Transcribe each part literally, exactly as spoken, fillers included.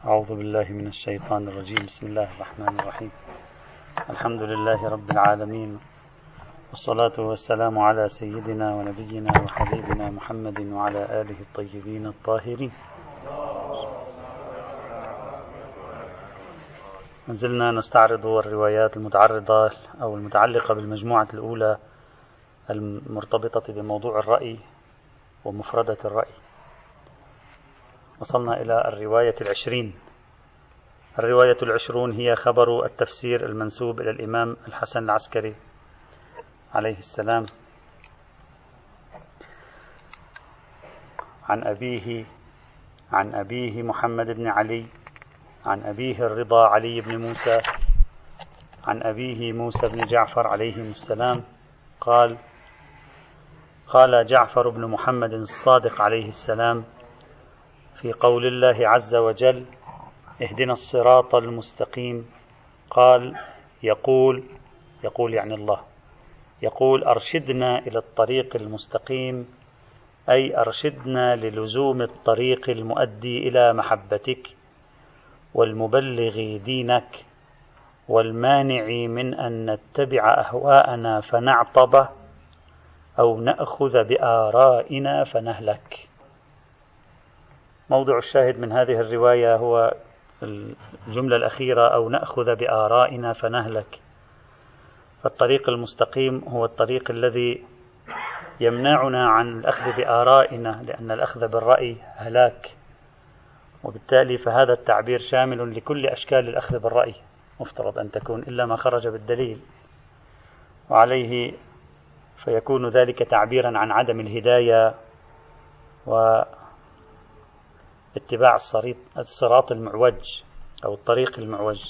أعوذ بالله من الشيطان الرجيم. بسم الله الرحمن الرحيم. الحمد لله رب العالمين، والصلاة والسلام على سيدنا ونبينا وحبيبنا محمد وعلى آله الطيبين الطاهرين. نزلنا نستعرض الروايات المتعرضة أو المتعلقة بالمجموعة الأولى المرتبطة بموضوع الرأي ومفردة الرأي. وصلنا إلى الرواية العشرين. الرواية العشرون هي خبر التفسير المنسوب إلى الإمام الحسن العسكري عليه السلام عن أبيه عن أبيه محمد بن علي عن أبيه الرضا علي بن موسى عن أبيه موسى بن جعفر عليهم السلام قال: قال جعفر بن محمد الصادق عليه السلام في قول الله عز وجل: اهدنا الصراط المستقيم، قال يقول يقول يعني الله يقول أرشدنا إلى الطريق المستقيم، أي أرشدنا للزوم الطريق المؤدي إلى محبتك والمبلغ دينك والمانع من أن نتبع أهواءنا فنعطب أو نأخذ بآرائنا فنهلك. موضوع الشاهد من هذه الرواية هو الجملة الأخيرة: أو نأخذ بآرائنا فنهلك. فالطريق المستقيم هو الطريق الذي يمنعنا عن الأخذ بآرائنا، لأن الأخذ بالرأي هلاك، وبالتالي فهذا التعبير شامل لكل أشكال الأخذ بالرأي مفترض أن تكون، إلا ما خرج بالدليل، وعليه فيكون ذلك تعبيرا عن عدم الهداية و اتباع الصراط المعوج أو الطريق المعوج.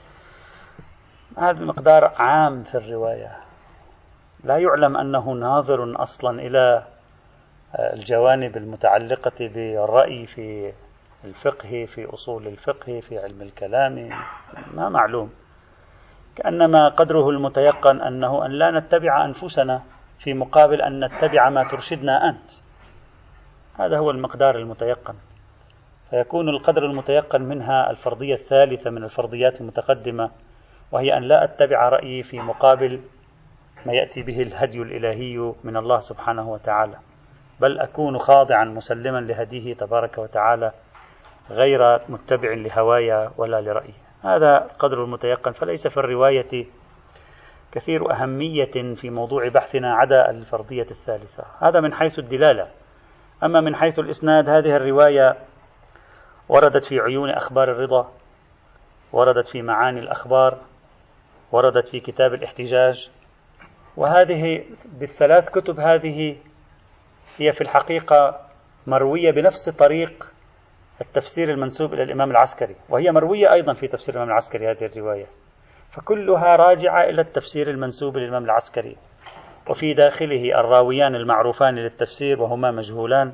هذا المقدار عام في الرواية، لا يعلم أنه ناظر أصلا إلى الجوانب المتعلقة بالرأي في الفقه، في أصول الفقه، في علم الكلام، ما معلوم. كأنما قدره المتيقن أنه أن لا نتبع أنفسنا في مقابل أن نتبع ما ترشدنا أنت. هذا هو المقدار المتيقن. فيكون القدر المتيقن منها الفرضية الثالثة من الفرضيات المتقدمة، وهي أن لا أتبع رأيي في مقابل ما يأتي به الهدي الإلهي من الله سبحانه وتعالى، بل أكون خاضعا مسلما لهديه تبارك وتعالى غير متبع لهوايا ولا لرأيي. هذا قدر المتيقن. فليس في الرواية كثير أهمية في موضوع بحثنا عدا الفرضية الثالثة. هذا من حيث الدلالة. أما من حيث الإسناد، هذه الرواية وردت في عيون أخبار الرضا، وردت في معاني الأخبار، وردت في كتاب الاحتجاج، وهذه بالثلاث كتب هذه هي في الحقيقة مروية بنفس طريق التفسير المنسوب إلى الإمام العسكري، وهي مروية أيضا في تفسير الإمام العسكري هذه الرواية، فكلها راجعة إلى التفسير المنسوب للإمام العسكري، وفي داخله الراويان المعروفان للتفسير وهما مجهولان،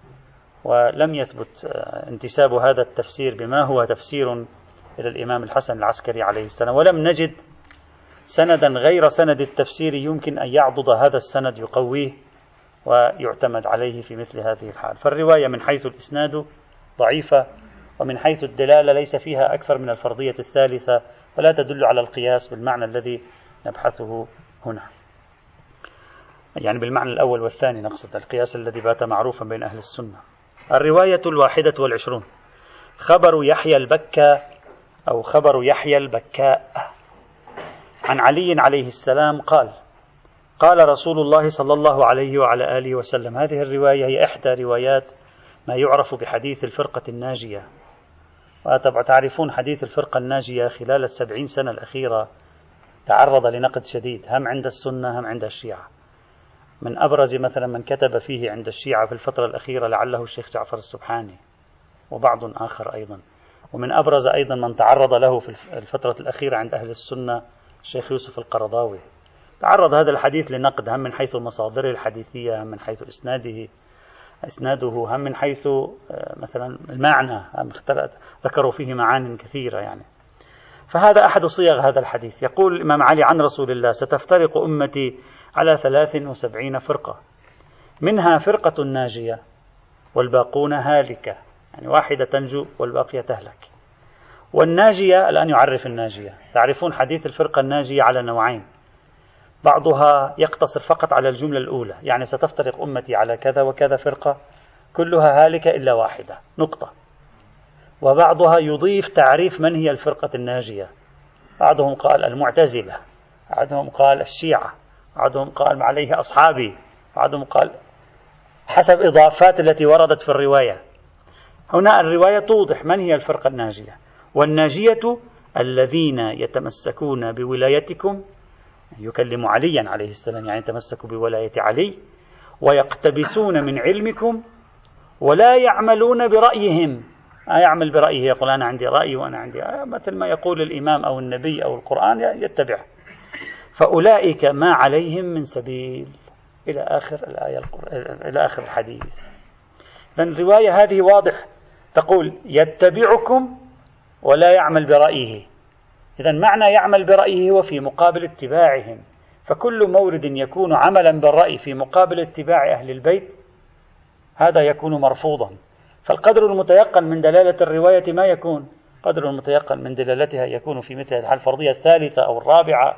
ولم يثبت انتساب هذا التفسير بما هو تفسير إلى الإمام الحسن العسكري عليه السلام، ولم نجد سندا غير سند التفسير يمكن أن يعضد هذا السند يقويه ويعتمد عليه في مثل هذه الحال. فالرواية من حيث الإسناد ضعيفة، ومن حيث الدلالة ليس فيها أكثر من الفرضية الثالثة، ولا تدل على القياس بالمعنى الذي نبحثه هنا، يعني بالمعنى الأول والثاني نقصد، القياس الذي بات معروفا بين أهل السنة. الرواية الواحدة والعشرون خبر يحيى البكاء أو خبر يحيى البكاء عن علي عليه السلام قال: قال رسول الله صلى الله عليه وعلى آله وسلم. هذه الرواية هي إحدى روايات ما يعرف بحديث الفرقة الناجية. وطبعا تعرفون حديث الفرقة الناجية خلال السبعين سنة الأخيرة تعرض لنقد شديد، هم عند السنة هم عند الشيعة. من أبرز مثلا من كتب فيه عند الشيعة في الفترة الأخيرة لعله الشيخ جعفر السبحاني وبعض آخر أيضا، ومن أبرز أيضا من تعرض له في الفترة الأخيرة عند أهل السنة الشيخ يوسف القرضاوي. تعرض هذا الحديث لنقد، هم من حيث مصادره الحديثية، هم من حيث إسناده إسناده هم من حيث مثلا المعنى، هم ذكروا فيه معان كثيرة يعني. فهذا أحد صيغ هذا الحديث. يقول الإمام علي عن رسول الله: ستفترق أمتي على ثلاث وسبعين فرقة، منها فرقة ناجية والباقون هالكة، يعني واحدة تنجو والباقية تهلك. والناجية الآن يعرف الناجية. تعرفون حديث الفرقة الناجية على نوعين، بعضها يقتصر فقط على الجملة الأولى، يعني ستفترق أمتي على كذا وكذا فرقة كلها هالكة إلا واحدة، نقطة. وبعضها يضيف تعريف من هي الفرقة الناجية، بعضهم قال المعتزلة، بعضهم قال الشيعة، بعضهم قال عليه أصحابي، بعضهم قال حسب إضافات التي وردت في الرواية. هنا الرواية توضح من هي الفرقة الناجية. والناجية الذين يتمسكون بولايتكم، يكلم عليا عليه السلام، يعني يتمسكوا بولاية علي، ويقتبسون من علمكم ولا يعملون برأيهم. ما يعمل برأيه، يقول أنا عندي رأي وأنا عندي، مثل ما يقول الإمام أو النبي أو القرآن يتبع. فأولئك ما عليهم من سبيل، إلى آخر الآية إلى آخر الحديث. لأن الرواية هذه واضح تقول يتبعكم ولا يعمل برأيه. إذا معنى يعمل برأيه هو في مقابل اتباعهم، فكل مورد يكون عملا بالرأي في مقابل اتباع أهل البيت هذا يكون مرفوضا. فالقدر المتيقن من دلالة الرواية ما يكون؟ قدر المتيقن من دلالتها يكون في مثل الحال الفرضية الثالثة أو الرابعة.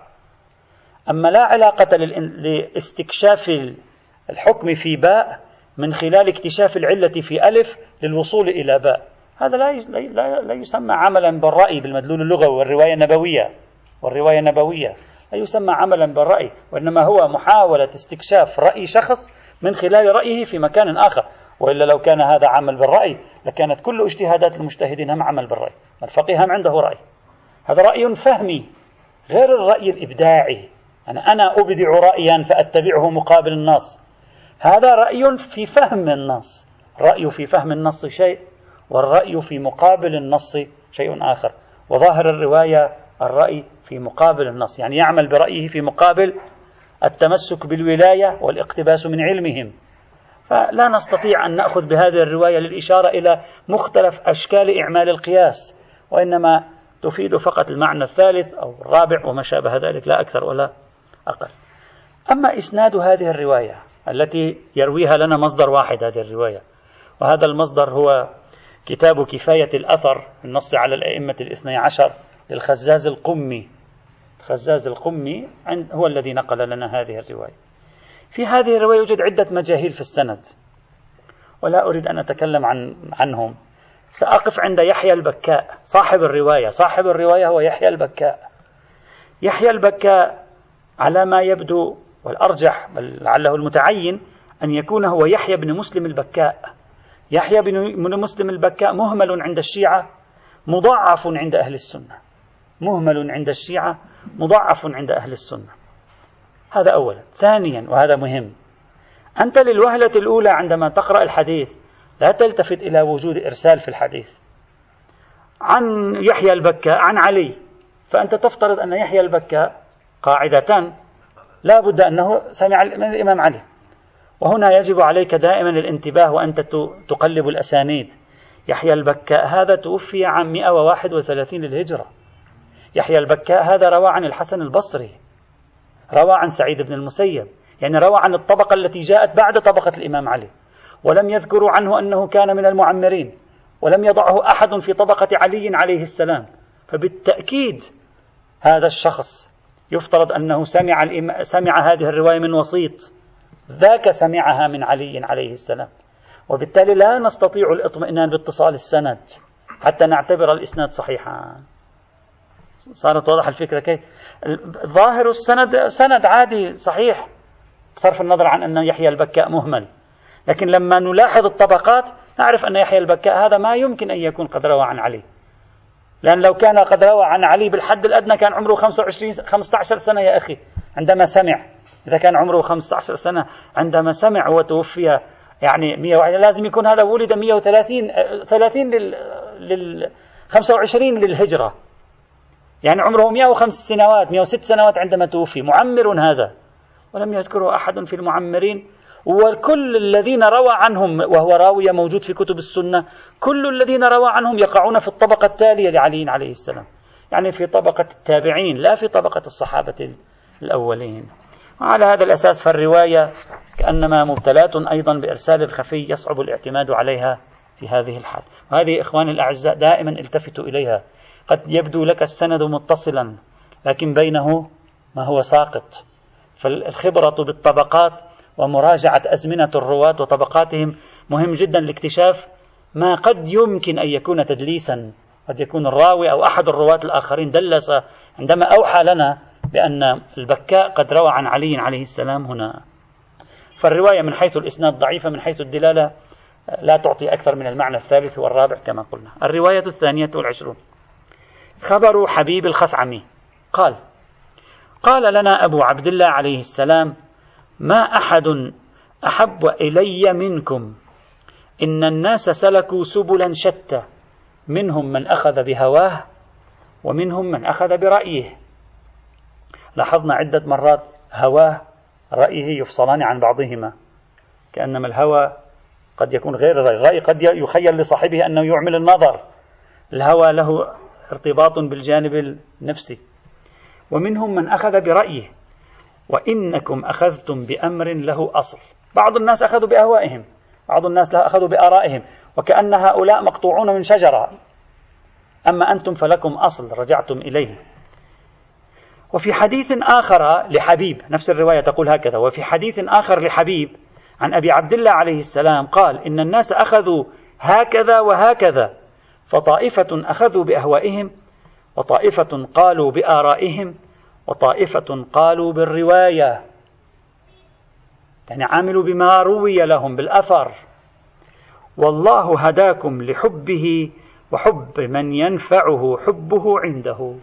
أما لا علاقة لاستكشاف الحكم في باء من خلال اكتشاف العلة في ألف للوصول إلى باء، هذا لا لا لا يسمى عملا بالرأي بالمدلول اللغوي والرواية النبوية والرواية النبوية لا يسمى عملا بالرأي، وإنما هو محاولة استكشاف رأي شخص من خلال رأيه في مكان آخر. وإلا لو كان هذا عمل بالرأي لكانت كل اجتهادات المجتهدين هم عمل بالرأي. الفقيه هم عنده رأي، هذا رأي فهمي غير الرأي الإبداعي. أنا أنا أبدع رأيا فأتبعه مقابل النص، هذا رأي في فهم النص. رأي في فهم النص شيء، والرأي في مقابل النص شيء آخر. وظاهر الرواية الرأي في مقابل النص، يعني يعمل برأيه في مقابل التمسك بالولاية والاقتباس من علمهم. فلا نستطيع أن نأخذ بهذه الرواية للإشارة إلى مختلف أشكال إعمال القياس، وإنما تفيد فقط المعنى الثالث أو الرابع وما شابه ذلك، لا أكثر ولا أقل. أما إسناد هذه الرواية التي يرويها لنا مصدر واحد، هذه الرواية، وهذا المصدر هو كتاب كفاية الأثر النص على الأئمة الاثني عشر للخزاز القمي. الخزاز القمي هو الذي نقل لنا هذه الرواية. في هذه الرواية يوجد عدة مجاهيل في السند ولا أريد أن أتكلم عن عنهم. سأقف عند يحيى البكاء صاحب الرواية. صاحب الرواية هو يحيى البكاء. يحيى البكاء على ما يبدو والأرجح بل لعله المتعين أن يكون هو يحيى بن مسلم البكاء. يحيى بن مسلم البكاء مهمل عند الشيعة مضاعف عند أهل السنة. مهمل عند الشيعة مضاعف عند أهل السنة. هذا أولا. ثانيا وهذا مهم، أنت للوهلة الأولى عندما تقرأ الحديث لا تلتفت إلى وجود إرسال في الحديث عن يحيى البكاء عن علي، فأنت تفترض أن يحيى البكاء قاعدة لا بد أنه سمع من الإمام علي. وهنا يجب عليك دائما الانتباه وأنت تقلب الأسانيد. يحيى البكاء هذا توفي عام مئة وواحد وثلاثين للهجرة. يحيى البكاء هذا روى عن الحسن البصري، روى عن سعيد بن المسيب، يعني روى عن الطبقة التي جاءت بعد طبقة الإمام علي، ولم يذكروا عنه أنه كان من المعمرين، ولم يضعه أحد في طبقة علي عليه السلام. فبالتأكيد هذا الشخص يفترض أنه سمع, الإم... سمع هذه الرواية من وسيط، ذاك سمعها من علي عليه السلام. وبالتالي لا نستطيع الاطمئنان باتصال السند حتى نعتبر الإسناد صحيحا. صارت واضح الفكرة كيف؟ ظاهر السند سند عادي صحيح بصرف النظر عن أن يحيى البكاء مهمل، لكن لما نلاحظ الطبقات نعرف أن يحيى البكاء هذا ما يمكن أن يكون قد روى عن علي، لأن لو كان قد روى عن علي بالحد الأدنى كان عمره خمسة وعشرين خمسة عشر سنة يا أخي عندما سمع. إذا كان عمره خمسة عشر سنة عندما سمع وتوفي يعني مئة وواحد، لازم يكون هذا ولد مئة وثلاثين ثلاثين لل, لل... خمسة وعشرين للهجرة، يعني عمره مئة وخمس سنوات مئة وست سنوات عندما توفي، معمر هذا. ولم يذكره أحد في المعمرين. وكل الذين روى عنهم وهو راوي موجود في كتب السنة، كل الذين روى عنهم يقعون في الطبقة التالية لعلي عليه السلام، يعني في طبقة التابعين لا في طبقة الصحابة الأولين. وعلى هذا الأساس فالرواية كأنما مبتلاة أيضا بإرسال خفي يصعب الاعتماد عليها في هذه الحال. وهذه إخواني الأعزاء دائما التفتوا إليها. قد يبدو لك السند متصلا لكن بينه ما هو ساقط. فالخبرة بالطبقات ومراجعة أزمنة الرواة وطبقاتهم مهم جدا لاكتشاف ما قد يمكن أن يكون تدليسا. قد يكون الراوي أو أحد الرواة الآخرين دلس عندما أوحى لنا بأن البكاء قد روى عن علي عليه السلام هنا. فالرواية من حيث الإسناد ضعيفة، من حيث الدلالة لا تعطي أكثر من المعنى الثالث والرابع كما قلنا. الرواية الثانية والعشرون خبر حبيب الخثعمي قال: قال لنا أبو عبد الله عليه السلام: ما أحد أحب إلي منكم، إن الناس سلكوا سبلا شتى، منهم من أخذ بهواه ومنهم من أخذ برأيه. لاحظنا عدة مرات هواه رأيه يفصلان عن بعضهما، كأنما الهوى قد يكون غير الرأي، قد يخيل لصاحبه أنه يعمل النظر، الهوى له ارتباط بالجانب النفسي. ومنهم من أخذ برأيه، وإنكم أخذتم بأمر له أصل. بعض الناس أخذوا بأهوائهم، بعض الناس أخذوا بآرائهم، وكأن هؤلاء مقطوعون من شجرة، أما أنتم فلكم أصل رجعتم إليه. وفي حديث آخر لحبيب، نفس الرواية تقول هكذا: وفي حديث آخر لحبيب عن أبي عبد الله عليه السلام قال: إن الناس أخذوا هكذا وهكذا، فطائفة أخذوا بأهوائهم، وطائفة قالوا بآرائهم، وطائفة قالوا بالرواية، يعني عاملوا بما روي لهم بالأثر. والله هداكم لحبه وحب من ينفعه حبه عنده،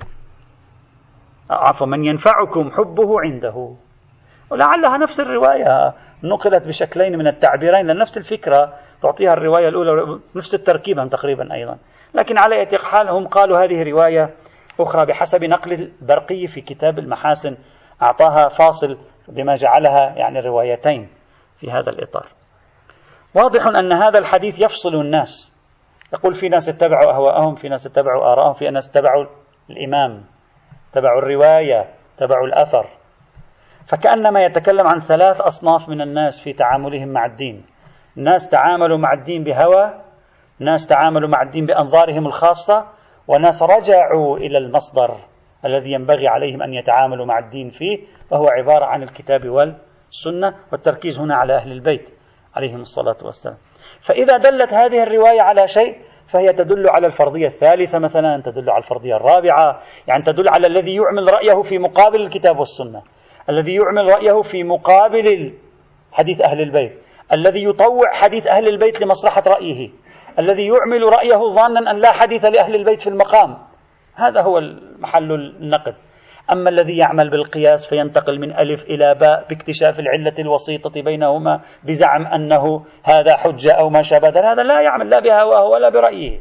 عفوا من ينفعكم حبه عنده. ولعلها نفس الرواية نقلت بشكلين من التعبيرين، لأن نفس الفكرة تعطيها الرواية الأولى، نفس التركيبة تقريبا أيضا، لكن على أي حال هم قالوا هذه رواية أخرى بحسب نقل البرقي في كتاب المحاسن، أعطاها فاصل بما جعلها يعني روايتين في هذا الإطار. واضح أن هذا الحديث يفصل الناس، يقول في ناس اتبعوا أهواءهم، في ناس اتبعوا آراءهم، في ناس اتبعوا الإمام، اتبعوا الرواية، اتبعوا الأثر. فكأنما يتكلم عن ثلاث أصناف من الناس في تعاملهم مع الدين: ناس تعاملوا مع الدين بهوى، ناس تعاملوا مع الدين بأنظارهم الخاصة، وناس رجعوا إلى المصدر الذي ينبغي عليهم أن يتعاملوا مع الدين فيه، وهو عبارة عن الكتاب والسنة، والتركيز هنا على أهل البيت عليهم الصلاة والسلام. فإذا دلت هذه الرواية على شيء فهي تدل على الفرضية الثالثة مثلا، تدل على الفرضية الرابعة، يعني تدل على الذي يعمل رأيه في مقابل الكتاب والسنة، الذي يعمل رأيه في مقابل حديث أهل البيت، الذي يطوع حديث أهل البيت لمصلحة رأيه، الذي يعمل رأيه ظانا أن لا حديث لأهل البيت في المقام. هذا هو محل النقد. أما الذي يعمل بالقياس فينتقل من ألف إلى باء باكتشاف العلة الوسيطة بينهما بزعم أنه هذا حجة أو ما شابه، هذا لا يعمل لا بهواه ولا برأيه،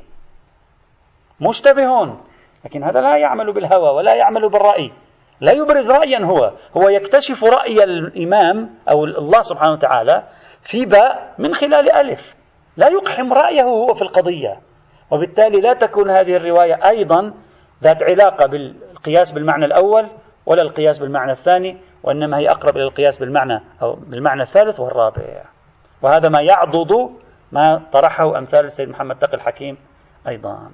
مشتبهون، لكن هذا لا يعمل بالهوى ولا يعمل بالرأي، لا يبرز رأيا، هو هو يكتشف رأي الإمام أو الله سبحانه وتعالى في باء من خلال ألف، لا يقحم رأيه هو في القضية. وبالتالي لا تكون هذه الرواية أيضا ذات علاقة بالقياس بالمعنى الأول ولا القياس بالمعنى الثاني، وإنما هي أقرب إلى القياس بالمعنى أو بالمعنى الثالث والرابع. وهذا ما يعضد ما طرحه أمثال السيد محمد تقي الحكيم أيضا.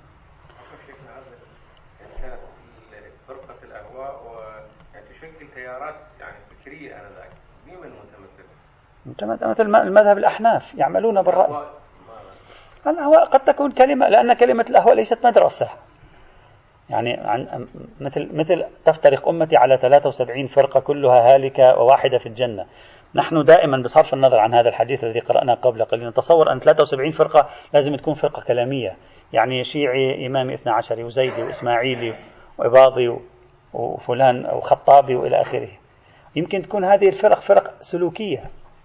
فرقة الأهواء وتشكل تيارات يعني فكرية آنذاك، ممن متمثل؟ مثل المذهب الأحناف يعملون بالرأي. الأهواء قد تكون كلمة، لأن كلمة الأهواء ليست مدرسة، يعني عن مثل مثل تفترق أمتي على ثلاثة وسبعين فرقة كلها هالكة وواحدة في الجنة. نحن دائما بصرف النظر عن هذا الحديث الذي قرأنا قبل قليل نتصور أن ثلاثة وسبعين فرقة لازم تكون فرقة كلامية، يعني شيعي إمامي اثنى عشري وزيدي وإسماعيلي وإباضي وفلان وخطابي وإلى آخره. يمكن تكون هذه الفرق فرق سلوكية،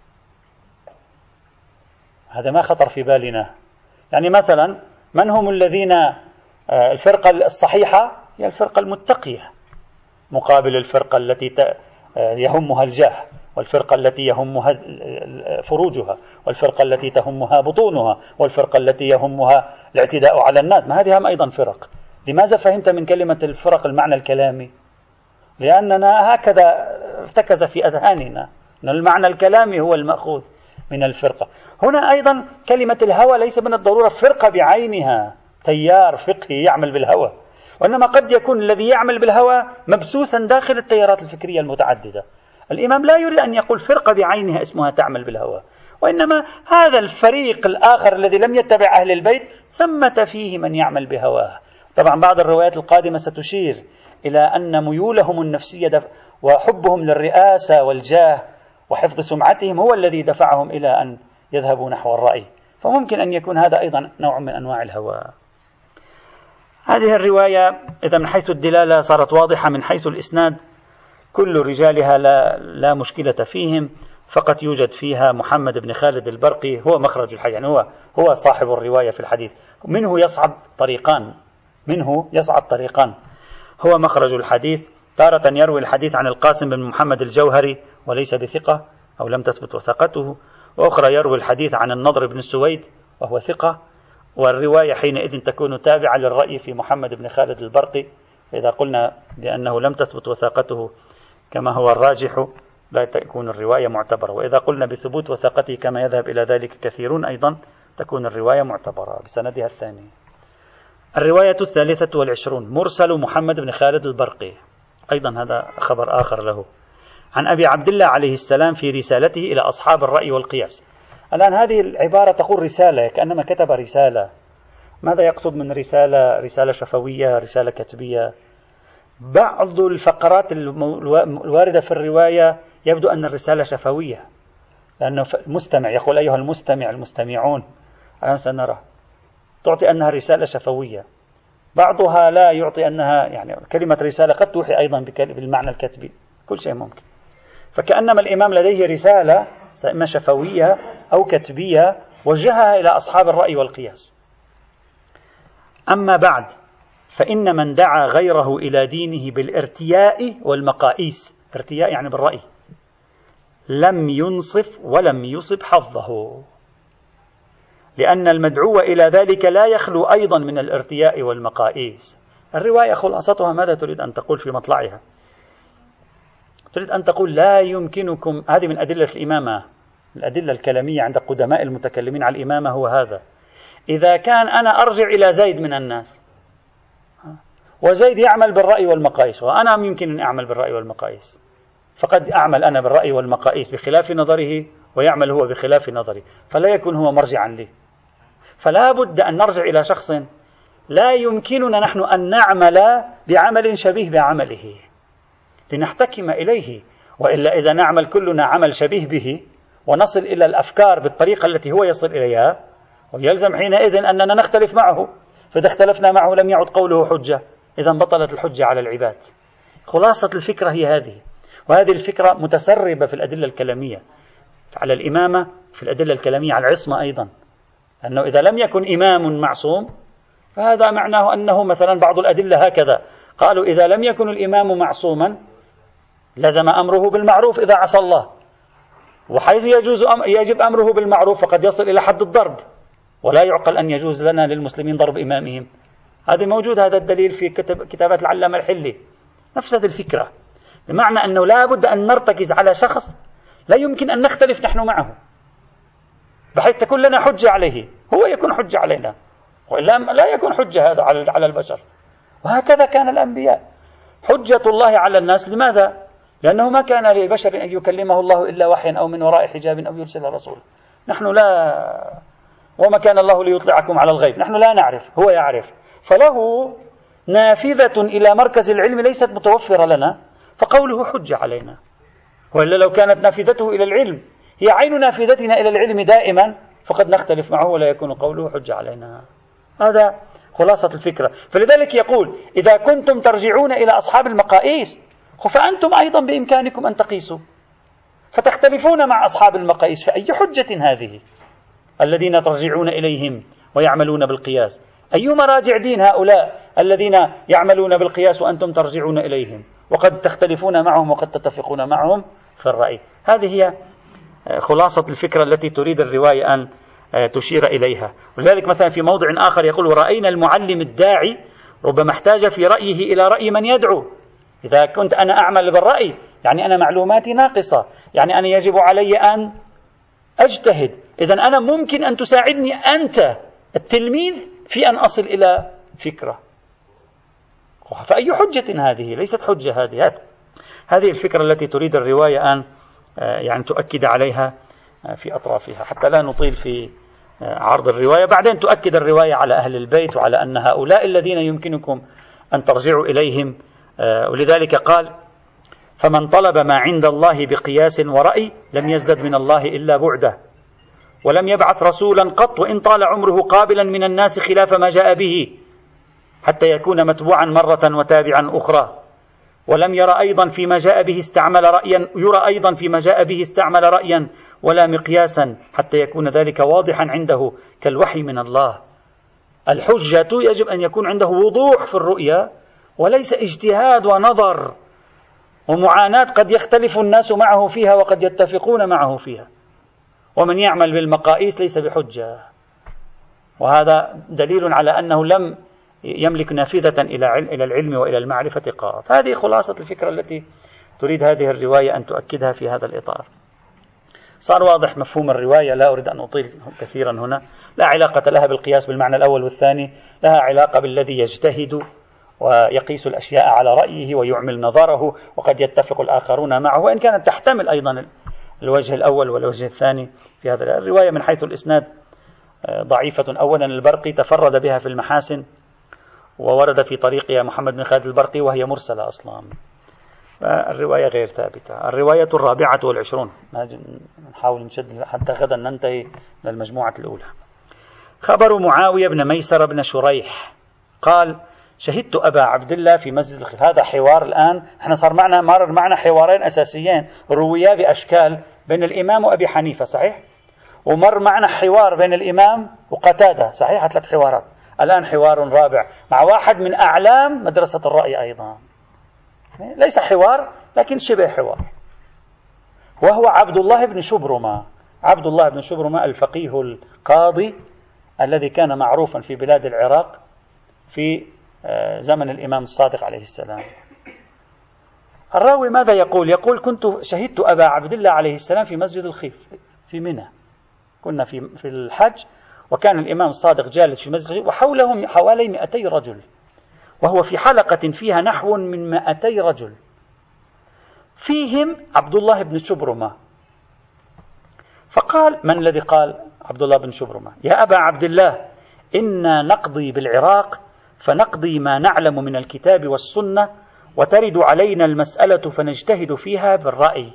هذا ما خطر في بالنا. يعني مثلا من هم الذين الفرقة الصحيحة هي الفرقة المتقية مقابل الفرقة التي يهمها الجاه، والفرقة التي يهمها فروجها، والفرقة التي تهمها بطونها، والفرقة التي يهمها الاعتداء على الناس. ما هذه هم أيضا فرق. لماذا فهمت من كلمة الفرق المعنى الكلامي؟ لأننا هكذا ارتكز في أذهاننا أن المعنى الكلامي هو المأخوذ من الفرقة. هنا أيضا كلمة الهوى ليس من الضرورة فرقة بعينها، تيار فقهي يعمل بالهوى، وإنما قد يكون الذي يعمل بالهوى مبثوثا داخل التيارات الفكرية المتعددة. الإمام لا يريد أن يقول فرقة بعينها اسمها تعمل بالهوى، وإنما هذا الفريق الآخر الذي لم يتبع أهل البيت ثمة فيه من يعمل بهواه. طبعا بعض الروايات القادمة ستشير إلى أن ميولهم النفسية دف... وحبهم للرئاسة والجاه وحفظ سمعتهم هو الذي دفعهم إلى أن يذهبوا نحو الرأي، فممكن أن يكون هذا أيضا نوع من أنواع الهوى. هذه الرواية إذا من حيث الدلالة صارت واضحة، من حيث الإسناد كل رجالها لا, لا مشكلة فيهم، فقط يوجد فيها محمد بن خالد البرقي هو مخرج الحديث، يعني هو هو صاحب الرواية في الحديث، منه يصعد طريقان منه يصعد طريقان هو مخرج الحديث. تارة يروي الحديث عن القاسم بن محمد الجوهري وليس بثقة أو لم تثبت وثقته، وأخرى يروي الحديث عن النضر بن السويد وهو ثقة، والرواية حينئذ تكون تابعة للرأي في محمد بن خالد البرقي. إذا قلنا بأنه لم تثبت وثاقته كما هو الراجح لا تكون الرواية معتبرة، وإذا قلنا بثبوت وثاقته كما يذهب إلى ذلك كثيرون أيضا تكون الرواية معتبرة بسندها الثاني. الرواية الثالثة والعشرون مرسل محمد بن خالد البرقي، أيضا هذا خبر آخر له، عن أبي عبد الله عليه السلام في رسالته إلى أصحاب الرأي والقياس. الآن هذه العبارة تقول رسالة، كأنما كتب رسالة. ماذا يقصد من رسالة؟ رسالة شفوية، رسالة كتبية؟ بعض الفقرات الواردة في الرواية يبدو أن الرسالة شفوية، لأنه المستمع يقول أيها المستمع المستمعون، الآن سنرى تعطي أنها رسالة شفوية. بعضها لا يعطي أنها، يعني كلمة رسالة قد توحي أيضا بالمعنى الكتبي، كل شيء ممكن. فكأنما الإمام لديه رسالة إما شفوية أو كتبية وجهها إلى أصحاب الرأي والقياس. أما بعد، فإن من دعا غيره إلى دينه بالارتياء والمقائيس، ارتياء يعني بالرأي، لم ينصف ولم يصب حظه، لأن المدعو إلى ذلك لا يخلو أيضا من الارتياء والمقائيس. الرواية خلاصتها ماذا تريد أن تقول في مطلعها؟ تريد أن تقول لا يمكنكم، هذه من أدلة الإمامة، الأدلة الكلامية عند قدماء المتكلمين على الإمامة هو هذا: إذا كان أنا أرجع إلى زيد من الناس وزيد يعمل بالرأي والمقاييس وأنا يمكن أن أعمل بالرأي والمقاييس، فقد أعمل أنا بالرأي والمقاييس بخلاف نظره ويعمل هو بخلاف نظري، فلا يكون هو مرجعا لي. فلا بد أن نرجع إلى شخص لا يمكننا نحن أن نعمل بعمل شبيه بعمله لنحتكم إليه، وإلا إذا نعمل كلنا عمل شبيه به ونصل إلى الأفكار بالطريقة التي هو يصل إليها، ويلزم حينئذ أننا نختلف معه، فإذا اختلفنا معه لم يعد قوله حجة، إذا بطلت الحجة على العباد. خلاصة الفكرة هي هذه، وهذه الفكرة متسربة في الأدلة الكلامية على الإمامة، في الأدلة الكلامية على العصمة أيضا، أنه إذا لم يكن إمام معصوم فهذا معناه أنه مثلا بعض الأدلة هكذا قالوا إذا لم يكن الإمام معصوما لزم أمره بالمعروف إذا عصى الله، وحيث يجوز أم يجب أمره بالمعروف فقد يصل إلى حد الضرب، ولا يعقل أن يجوز لنا للمسلمين ضرب إمامهم. هذا موجود، هذا الدليل في كتب كتابات العلامة الحلي، نفس هذه الفكرة، بمعنى أنه لا بد أن نرتكز على شخص لا يمكن أن نختلف نحن معه بحيث تكون لنا حجة عليه، هو يكون حجة علينا، وإلا لا يكون حجة هذا على البشر. وهكذا كان الأنبياء حجة الله على الناس. لماذا؟ لأنه ما كان لبشر أن يكلمه الله إلا وحيا أو من وراء حجاب أو يرسل رسول. نحن لا، وما كان الله ليطلعكم على الغيب، نحن لا نعرف، هو يعرف، فله نافذة إلى مركز العلم ليست متوفرة لنا، فقوله حجة علينا. وإلا لو كانت نافذته إلى العلم هي عين نافذتنا إلى العلم دائما فقد نختلف معه ولا يكون قوله حجة علينا. هذا خلاصة الفكرة. فلذلك يقول إذا كنتم ترجعون إلى أصحاب المقاييس فأنتم أيضا بإمكانكم أن تقيسوا، فتختلفون مع أصحاب المقاييس، فأي حجة هذه الذين ترجعون إليهم ويعملون بالقياس؟ أي مراجع دين هؤلاء الذين يعملون بالقياس وأنتم ترجعون إليهم وقد تختلفون معهم وقد تتفقون معهم في الرأي؟ هذه هي خلاصة الفكرة التي تريد الرواية أن تشير إليها. ولذلك مثلا في موضع آخر يقول رأينا المعلم الداعي ربما احتاج في رأيه إلى رأي من يدعو. إذا كنت أنا أعمل بالرأي يعني أنا معلوماتي ناقصة، يعني أنا يجب علي أن أجتهد، إذن أنا ممكن أن تساعدني أنت التلميذ في أن أصل إلى فكرة. فأي حجة هذه؟ ليست حجة هذه. هذه الفكرة التي تريد الرواية أن يعني تؤكد عليها في أطرافها حتى لا نطيل في عرض الرواية. بعدين تؤكد الرواية على أهل البيت وعلى أن هؤلاء الذين يمكنكم أن ترجعوا إليهم، ولذلك قال: فمن طلب ما عند الله بقياس ورأي لم يزدد من الله إلا بعده، ولم يبعث رسولا قط وإن طال عمره قابلا من الناس خلاف ما جاء به حتى يكون متبوعا مرة وتابعا أخرى، ولم يرى أيضا فيما جاء به استعمل رأيا يرى أيضا فيما جاء به استعمل رأيا ولا مقياسا حتى يكون ذلك واضحا عنده كالوحي من الله. الحجة يجب أن يكون عنده وضوح في الرؤية وليس اجتهاد ونظر ومعاناة قد يختلف الناس معه فيها وقد يتفقون معه فيها. ومن يعمل بالمقاييس ليس بحجة، وهذا دليل على أنه لم يملك نافذة إلى العلم وإلى المعرفة قط. هذه خلاصة الفكرة التي تريد هذه الرواية أن تؤكدها في هذا الإطار. صار واضح مفهوم الرواية، لا أريد أن أطيل كثيرا هنا. لا علاقة لها بالقياس بالمعنى الأول والثاني، لها علاقة بالذي يجتهد ويقيس الأشياء على رأيه ويعمل نظره وقد يتفق الآخرون معه، وإن كانت تحتمل أيضا الوجه الأول والوجه الثاني في هذا الرواية. من حيث الإسناد ضعيفة. أولا البرقي تفرد بها في المحاسن، وورد في طريقها محمد بن خالد البرقي وهي مرسلة أصلا، فالرواية غير ثابتة. الرواية الرابعة والعشرون، نحاول نشد حتى غدا ننتهي من المجموعة الأولى. خبر معاوية بن ميسر بن شريح قال: شهدت أبا عبد الله في مسجد الخيف. هذا حوار الآن، احنا صار معنا مرر معنا حوارين أساسيين رويا بأشكال بين الإمام وأبي حنيفة، صحيح؟ ومر معنا حوار بين الإمام وقتادة، صحيح؟ ثلاث حوارات. الآن حوار رابع مع واحد من أعلام مدرسة الرأي أيضا، ليس حوار لكن شبه حوار، وهو عبد الله بن شبرمة. عبد الله بن شبرمة الفقيه القاضي الذي كان معروفا في بلاد العراق في زمن الإمام الصادق عليه السلام. الراوي ماذا يقول؟ يقول: كنت شهدت أبا عبد الله عليه السلام في مسجد الخيف في منى، كنا في في الحج، وكان الإمام الصادق جالس في مسجد الخيف وحولهم حوالي مئتي رجل، وهو في حلقة فيها نحو من مئتي رجل، فيهم عبد الله بن شبرمة. فقال: من الذي قال؟ عبد الله بن شبرمة: يا أبا عبد الله، إنا نقضي بالعراق فنقضي ما نعلم من الكتاب والسنة، وترد علينا المسألة فنجتهد فيها بالرأي.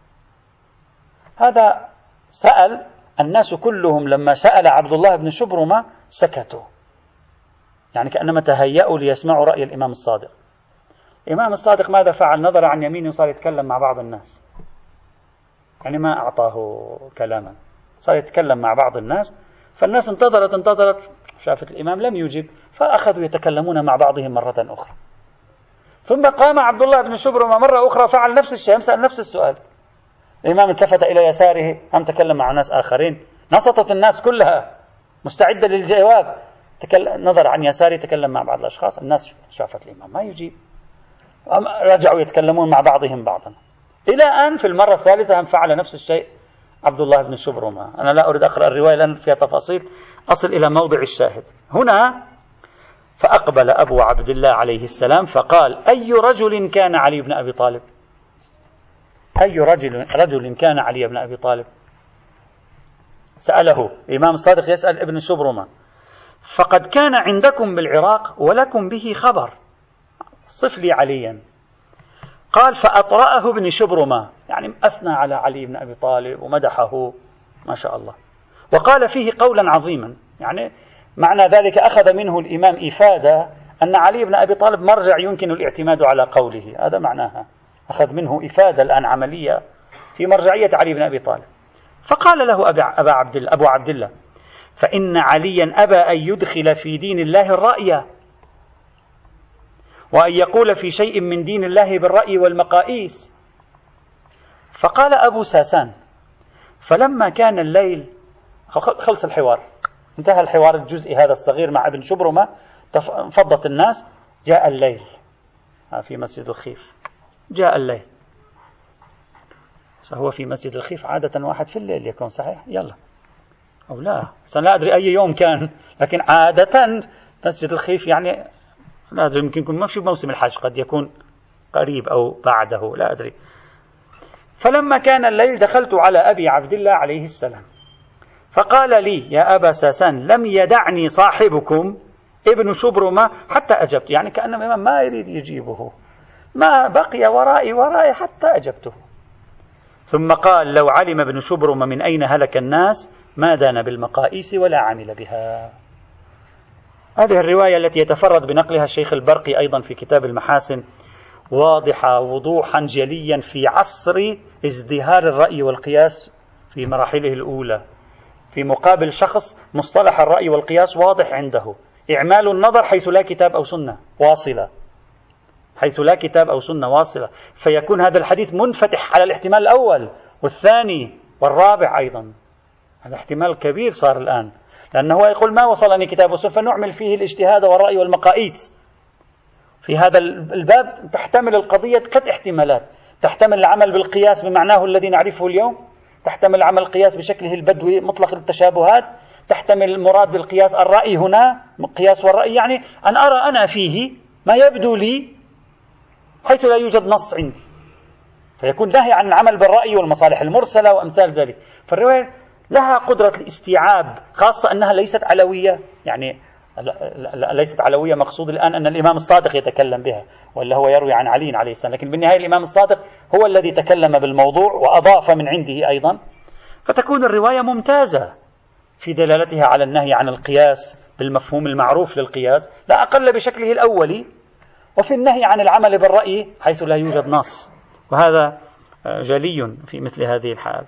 هذا سأل الناس كلهم، لما سأل عبد الله بن شبرمة سكتوا، يعني كأنما تهيأوا ليسمعوا رأي الإمام الصادق. الإمام الصادق ماذا فعل؟ نظر عن يمينه وصار يتكلم مع بعض الناس، يعني ما أعطاه كلاما، صار يتكلم مع بعض الناس. فالناس انتظرت انتظرت شافت الإمام لم يجب، فأخذوا يتكلمون مع بعضهم مرة أخرى. ثم قام عبد الله بن شبرمة مرة أخرى فعل نفس الشيء، سأل نفس السؤال. الإمام التفت إلى يساره، هم تكلم مع ناس آخرين، نصتت الناس كلها مستعدة للجواب، نظر عن يساره تكلم مع بعض الأشخاص، الناس شافت الإمام ما يجيب، رجعوا يتكلمون مع بعضهم بعضا، إلى أن في المرة الثالثة هم فعل نفس الشيء عبد الله بن شبرمة. أنا لا أريد أقرأ الرواية لأن فيها تفاصيل، أصل إلى موضع الشاهد هنا. فأقبل أبو عبد الله عليه السلام فقال: أي رجل كان علي بن أبي طالب؟ أي رجل رجل كان علي بن أبي طالب؟ سأله الإمام الصادق يسأل ابن شبرمة: فقد كان عندكم بالعراق ولكم به خبر، صف لي عليا. قال: فأطرأه ابن شبرمة، يعني أثنى على علي بن أبي طالب ومدحه ما شاء الله، وقال فيه قولا عظيما، يعني معنى ذلك أخذ منه الإمام إفادة أن علي بن أبي طالب مرجع يمكن الاعتماد على قوله، هذا معناها، أخذ منه إفادة الآن عملية في مرجعية علي بن أبي طالب. فقال له أبا عبد الله أبو عبد الله: فإن عليا أبى أن يدخل في دين الله الرأي، وأن يقول في شيء من دين الله بالرأي والمقائيس. فقال أبو ساسان: فلما كان الليل، خلص الحوار، انتهى الحوار الجزئي هذا الصغير مع ابن شبرمة، فضت الناس، جاء الليل في مسجد الخيف، جاء الليل، هو في مسجد الخيف عادة واحد في الليل يكون، صحيح؟ يلا أو لا، لا أدري أي يوم كان، لكن عادة مسجد الخيف يعني لا أدري، يمكن يكون ما في موسم الحج، قد يكون قريب أو بعده، لا أدري. فلما كان الليل دخلت على أبي عبد الله عليه السلام فقال لي: يا أبا ساسان، لم يدعني صاحبكم ابن شبرمة حتى أجبت. يعني كأن الإمام ما يريد يجيبه، ما بقي ورائي ورائي حتى أجبته. ثم قال: لو علم ابن شبرمة من أين هلك الناس ما دان بالمقائيس ولا عمل بها. هذه الرواية التي يتفرد بنقلها الشيخ البرقي أيضا في كتاب المحاسن واضحة وضوحا جليا في عصر ازدهار الرأي والقياس في مراحله الأولى، في مقابل شخص مصطلح الرأي والقياس واضح عنده، إعمال النظر حيث لا كتاب أو سنة واصلة، حيث لا كتاب أو سنة واصلة، فيكون هذا الحديث منفتح على الاحتمال الأول والثاني والرابع أيضا. هذا احتمال كبير صار الآن، لأنه يقول: ما وصلني كتاب وسنة فنعمل فيه الاجتهاد والرأي والمقائيس. في هذا الباب تحتمل القضية كت احتمالات، تحتمل العمل بالقياس بمعناه الذي نعرفه اليوم، تحتمل العمل القياس بشكله البدوي مطلق التشابهات، تحتمل المراد بالقياس الرأي هنا، قياس والرأي يعني أن أرى أنا فيه ما يبدو لي حيث لا يوجد نص عندي، فيكون نهي عن العمل بالرأي والمصالح المرسلة وأمثال ذلك. فالرواية لها قدرة الاستيعاب، خاصة أنها ليست علوية، يعني ليست علوية مقصود الآن أن الإمام الصادق يتكلم بها، ولا هو يروي عن علي عليه السلام، لكن بالنهاية الإمام الصادق هو الذي تكلم بالموضوع وأضاف من عنده أيضا، فتكون الرواية ممتازة في دلالتها على النهي عن القياس بالمفهوم المعروف للقياس لا أقل بشكله الأولي، وفي النهي عن العمل بالرأي حيث لا يوجد نص، وهذا جلي في مثل هذه الحال.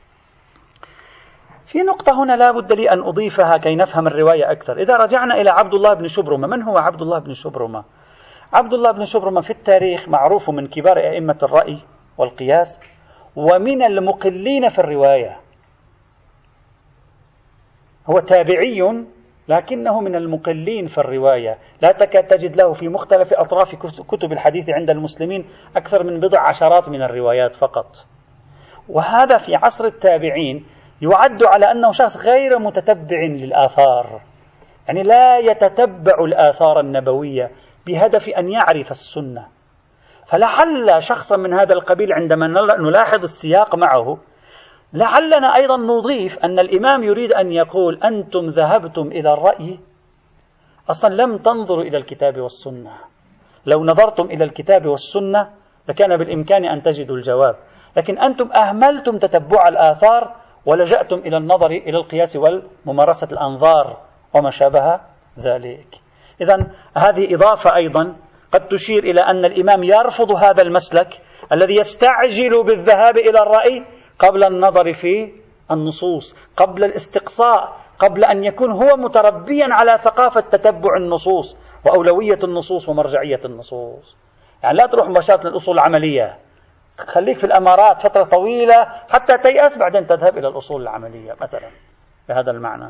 في نقطة هنا لا بد لي أن أضيفها كي نفهم الرواية أكثر. إذا رجعنا إلى عبد الله بن شبرمة، من هو عبد الله بن شبرمة؟ عبد الله بن شبرمة في التاريخ معروف من كبار أئمة الرأي والقياس ومن المقلين في الرواية، هو تابعي لكنه من المقلين في الرواية، لا تكاد تجد له في مختلف أطراف كتب الحديث عند المسلمين أكثر من بضع عشرات من الروايات فقط، وهذا في عصر التابعين يعد على أنه شخص غير متتبع للآثار، يعني لا يتتبع الآثار النبوية بهدف أن يعرف السنة. فلعل شخصا من هذا القبيل عندما نلاحظ السياق معه لعلنا أيضا نضيف أن الإمام يريد أن يقول: أنتم ذهبتم إلى الرأي، أصلا لم تنظروا إلى الكتاب والسنة، لو نظرتم إلى الكتاب والسنة لكان بالإمكان أن تجدوا الجواب، لكن أنتم أهملتم تتبع الآثار ولجأتم إلى النظر إلى القياس والممارسة الأنظار وما شابه ذلك. إذن هذه إضافة أيضا قد تشير إلى أن الإمام يرفض هذا المسلك الذي يستعجل بالذهاب إلى الرأي قبل النظر في النصوص، قبل الاستقصاء، قبل أن يكون هو متربيا على ثقافة تتبع النصوص وأولوية النصوص ومرجعية النصوص. يعني لا تروح مباشرة للأصول العملية، خليك في الأمارات فترة طويلة حتى تيأس بعدين تذهب إلى الأصول العملية مثلا بهذا المعنى.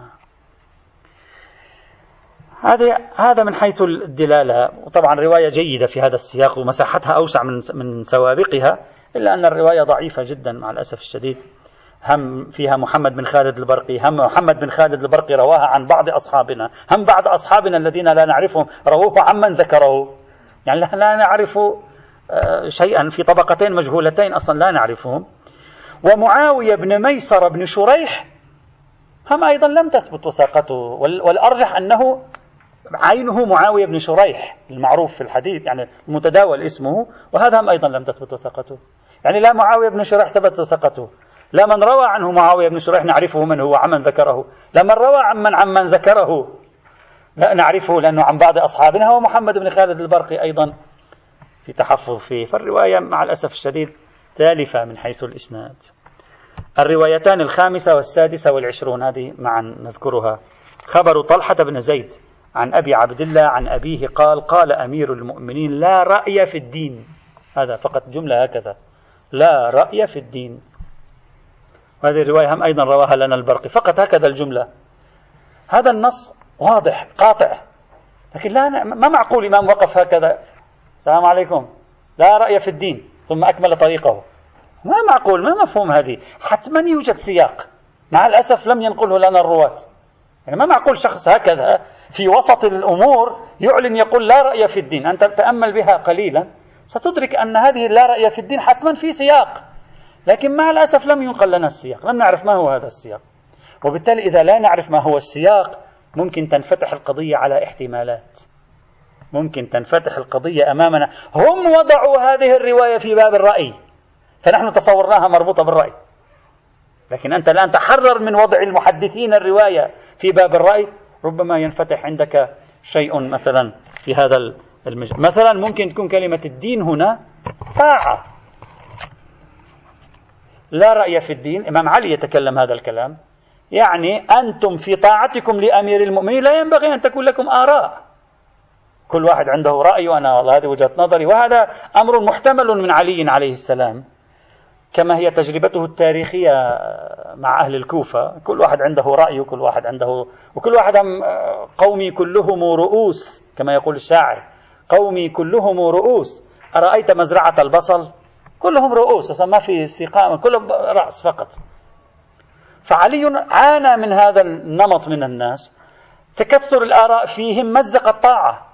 هذا هذا من حيث الدلالة، وطبعا رواية جيدة في هذا السياق ومساحتها أوسع من من سوابقها، إلا أن الرواية ضعيفة جدا مع الأسف الشديد. هم فيها محمد بن خالد البرقي، هم محمد بن خالد البرقي رواها عن بعض أصحابنا، هم بعض أصحابنا الذين لا نعرفهم رووه عمن ذكره، يعني لا نعرف شيئا في طبقتين مجهولتين أصلا لا نعرفهم. ومعاوية بن ميسر بن شريح هم أيضا لم تثبت وثاقته، والأرجح أنه عينه معاوية بن شريح المعروف في الحديث، يعني المتداول اسمه، وهذا هم أيضا لم تثبت وثاقته. يعني لا معاوية بن شريح ثبت وثاقته، لا من روى عنه معاوية بن شريح نعرفه من هو عمن ذكره، لا من روى عمن عمن ذكره لا نعرفه لأنه عن بعض أصحابنا. هو محمد بن خالد البرقي أيضا في تحفظ فيه، فالرواية مع الأسف الشديد تالفة من حيث الإسناد. الروايتان الخامسة والسادسة والعشرون هذه معا نذكرها. خبر طلحة بن زيد عن أبي عبد الله عن أبيه قال: قال أمير المؤمنين: لا رأي في الدين. هذا فقط جملة هكذا، لا رأي في الدين. وهذه الرواية هم أيضا رواها لنا البرقي، فقط هكذا الجملة. هذا النص واضح قاطع، لكن لا ما معقول إمام وقف هكذا: السلام عليكم، لا رأي في الدين، ثم أكمل طريقه. ما معقول، ما مفهوم هذه. حتما يوجد سياق، مع الأسف لم ينقله لنا الرواة، يعني ما معقول شخص هكذا في وسط الأمور يعلن يقول لا رأي في الدين. أنت تأمل بها قليلا ستدرك أن هذه لا رأي في الدين حتما في سياق، لكن مع الأسف لم ينقل لنا السياق، لم نعرف ما هو هذا السياق. وبالتالي إذا لا نعرف ما هو السياق ممكن تنفتح القضية على احتمالات، ممكن تنفتح القضية أمامنا. هم وضعوا هذه الرواية في باب الرأي فنحن تصورناها مربوطة بالرأي، لكن أنت الآن تحرر من وضع المحدثين الرواية في باب الرأي، ربما ينفتح عندك شيء مثلا في هذا المجال. مثلا ممكن تكون كلمة الدين هنا طاعة، لا رأي في الدين. إمام علي يتكلم هذا الكلام، يعني أنتم في طاعتكم لأمير المؤمنين لا ينبغي أن تكون لكم آراء، كل واحد عنده رأي، وأنا والله هذه وجهة نظري، وهذا أمر محتمل من علي عليه السلام كما هي تجربته التاريخية مع أهل الكوفة، كل واحد عنده رأي وكل واحد عنده، وكل واحد قومي كلهم رؤوس كما يقول الشاعر، قومي كلهم رؤوس، أرأيت مزرعة البصل كلهم رؤوس، ما في استقامة، كلهم رأس فقط. فعلي عانى من هذا النمط من الناس، تكثر الآراء فيهم مزق الطاعة.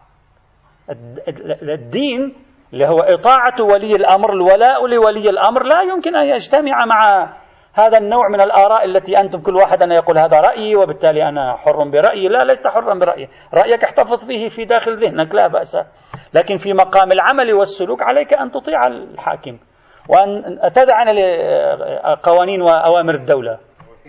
الدين اللي هو إطاعة ولي الأمر، الولاء لولي الأمر، لا يمكن أن يجتمع مع هذا النوع من الآراء التي أنتم كل واحد أنا يقول هذا رأيي وبالتالي أنا حر برأيي. لا، لست حرا برأيي، رأيك احتفظ به في داخل ذهنك لا بأس، لكن في مقام العمل والسلوك عليك أن تطيع الحاكم وأن تدعنا لقوانين وأوامر الدولة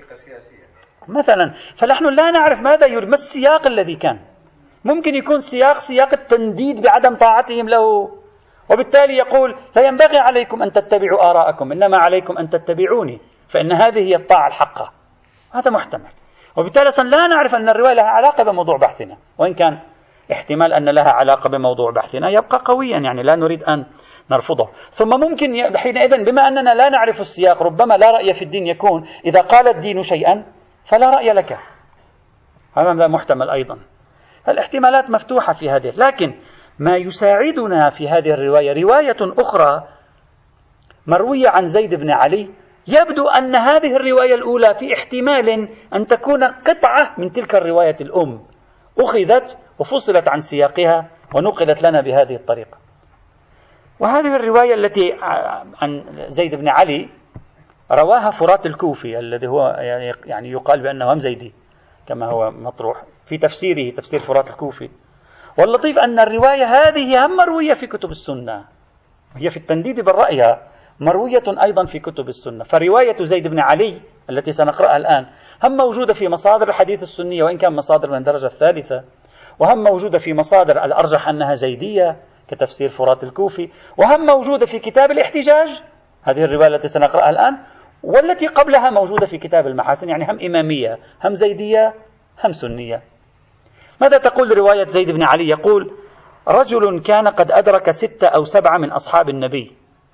مثلا. فنحن لا نعرف ماذا يريد، ما السياق الذي كان. ممكن يكون سياق سياق التنديد بعدم طاعتهم له، وبالتالي يقول لا ينبغي عليكم أن تتبعوا آراءكم، إنما عليكم أن تتبعوني، فإن هذه هي الطاعة الحقة. هذا محتمل، وبالتالي لا نعرف أن الرواية لها علاقة بموضوع بحثنا، وإن كان احتمال أن لها علاقة بموضوع بحثنا يبقى قويا، يعني لا نريد أن نرفضه. ثم ممكن حينئذ بما أننا لا نعرف السياق ربما لا رأي في الدين يكون إذا قال الدين شيئا فلا رأي لك، هذا محتمل أيضا. الاحتمالات مفتوحة في هذه، لكن ما يساعدنا في هذه الرواية رواية أخرى مروية عن زيد بن علي. يبدو أن هذه الرواية الأولى في احتمال أن تكون قطعة من تلك الرواية الأم، أخذت وفصلت عن سياقها ونقلت لنا بهذه الطريقة. وهذه الرواية التي عن زيد بن علي رواها فرات الكوفي الذي هو يعني يقال بأنه هم زيدي كما هو مطروح في تفسيره، تفسير فرات الكوفي. واللطيف أن الرواية هذه هم مروية في كتب السنة، هي في التنديد بالرأي مروية أيضا في كتب السنة. فرواية زيد بن علي التي سنقرأها الآن هم موجودة في مصادر الحديث السنية، وإن كان مصادر من الدرجة الثالثة، وهم موجودة في مصادر الأرجح أنها زيدية كتفسير فرات الكوفي، وهم موجودة في كتاب الاحتجاج، هذه الرواية التي سنقرأها الآن، والتي قبلها موجودة في كتاب المحاسن، يعني هم إمامية هم زيدية هم سنية. ماذا تقول رواية زيد بن علي؟ يقول رجل كان قد أدرك ستة أو سبعة من أصحاب النبي،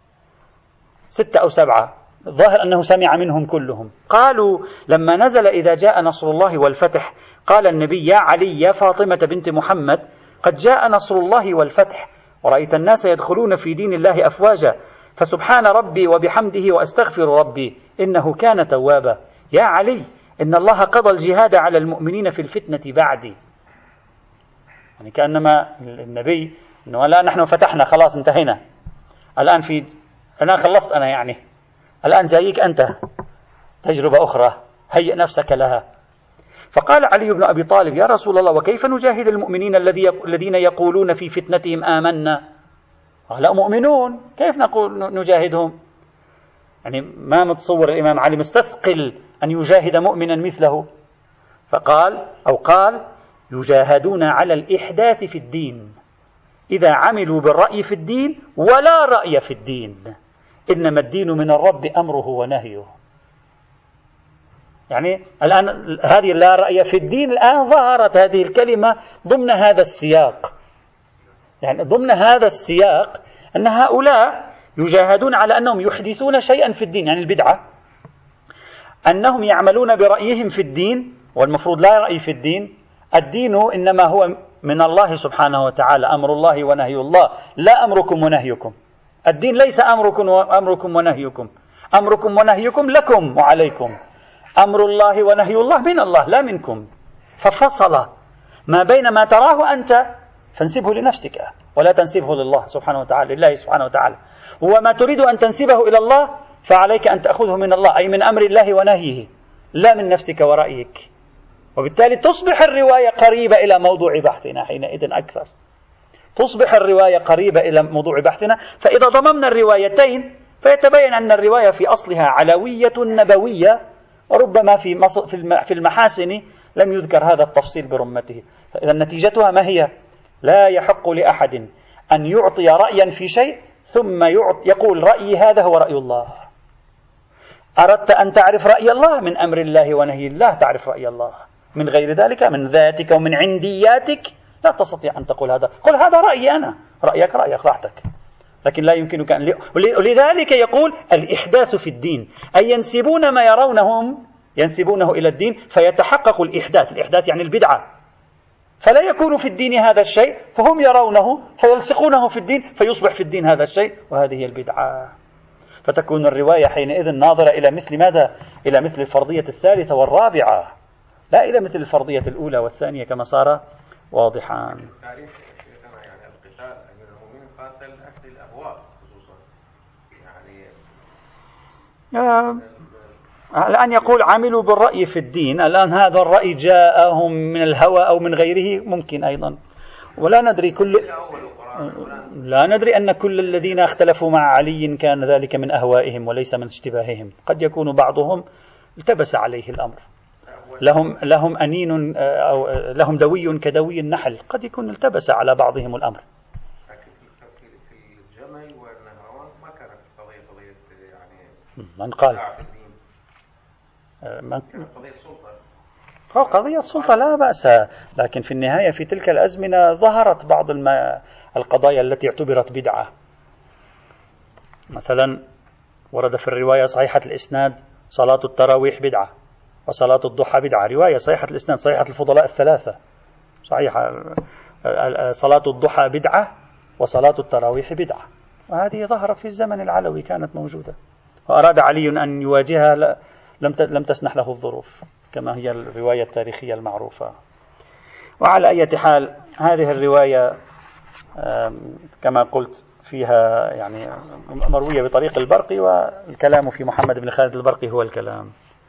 ستة أو سبعة، ظاهر أنه سمع منهم كلهم. قالوا لما نزل إذا جاء نصر الله والفتح قال النبي يا علي يا فاطمة بنت محمد قد جاء نصر الله والفتح ورأيت الناس يدخلون في دين الله أفواجا فسبحان ربي وبحمده وأستغفر ربي إنه كان توابا. يا علي إن الله قضى الجهاد على المؤمنين في الفتنة بعدي. يعني كأنما النبي إنه لا نحن فتحنا خلاص انتهينا، الآن في أنا خلصت أنا، يعني الآن جايك أنت تجربة أخرى هيئ نفسك لها. فقال علي بن أبي طالب يا رسول الله وكيف نجاهد المؤمنين الذين يقولون في فتنتهم آمنا؟ قال مؤمنون، كيف نقول نجاهدهم؟ يعني ما متصور الإمام علي مستثقل أن يجاهد مؤمنا مثله. فقال أو قال يجاهدون على الإحداث في الدين إذا عملوا بالرأي في الدين ولا رأي في الدين، إنما الدين من الرب أمره ونهيه. يعني الآن هذه لا رأي في الدين الآن ظهرت هذه الكلمة ضمن هذا السياق، يعني ضمن هذا السياق أن هؤلاء يجاهدون على أنهم يحدثون شيئا في الدين، يعني البدعة، أنهم يعملون برأيهم في الدين والمفروض لا رأي في الدين. الدين إنما هو من الله سبحانه وتعالى، أمر الله ونهي الله، لا أمركم ونهيكم. الدين ليس أمركم وأمركم ونهيكم، أمركم ونهيكم لكم وعليكم، أمر الله ونهي الله من الله لا منكم. ففصل ما بين ما تراه أنت فانسبه لنفسك ولا تنسبه لله سبحانه وتعالى، لله سبحانه وتعالى، وما تريد أن تنسبه إلى الله فعليك أن تأخذه من الله، أي من أمر الله ونهيه، لا من نفسك ورأيك. وبالتالي تصبح الرواية قريبة إلى موضوع بحثنا حينئذ أكثر، تصبح الرواية قريبة إلى موضوع بحثنا. فإذا ضممنا الروايتين فيتبين أن الرواية في أصلها علوية نبوية، وربما في في المحاسن لم يذكر هذا التفصيل برمته. فإذا نتيجتها ما هي؟ لا يحق لأحد أن يعطي رأيا في شيء ثم يقول رأيي هذا هو رأي الله. أردت أن تعرف رأي الله من أمر الله ونهي الله تعرف رأي الله، من غير ذلك من ذاتك ومن عندياتك لا تستطيع أن تقول هذا. قل هذا رأيي أنا، رأيك رأيك راحتك، لكن لا يمكنك أن. ولذلك يقول الإحداث في الدين، أي ينسبون ما يرونهم ينسبونه إلى الدين فيتحقق الإحداث. الإحداث يعني البدعة، فلا يكون في الدين هذا الشيء فهم يرونه فيلصقونه في الدين فيصبح في الدين هذا الشيء، وهذه هي البدعة. فتكون الرواية حينئذ ناظرة إلى مثل ماذا؟ إلى مثل الفرضية الثالثة والرابعة، لا إلى مثل الفرضية الأولى والثانية كما صار واضحا. آه. الآن يقول عملوا بالرأي في الدين، الآن هذا الرأي جاءهم من الهوى أو من غيره، ممكن أيضا، ولا ندري كل لا ندري أن كل الذين اختلفوا مع علي كان ذلك من أهوائهم وليس من اشتباههم. قد يكون بعضهم التبس عليه الأمر، لهم لهم أنين أو لهم دوي كدوي النحل، قد يكون التبس على بعضهم الأمر. من قال من قضية سلطة لا بأس، لكن في النهاية في تلك الأزمنة ظهرت بعض القضايا التي اعتبرت بدعة. مثلا ورد في الرواية صحيحة الإسناد صلاة التراويح بدعة وصلاة الضحى بدعة، رواية صحيحة الإسناد صحيحة الفضلاء الثلاثة صحيحة، صلاة الضحى بدعة وصلاة التراويح بدعة، وهذه ظهرت في الزمن العلوي كانت موجودة، وأراد علي أن يواجهها لم تسنح له الظروف كما هي الرواية التاريخية المعروفة. وعلى أي حال هذه الرواية كما قلت فيها يعني مروية بطريق البرقي، والكلام في محمد بن خالد البرقي هو الكلام.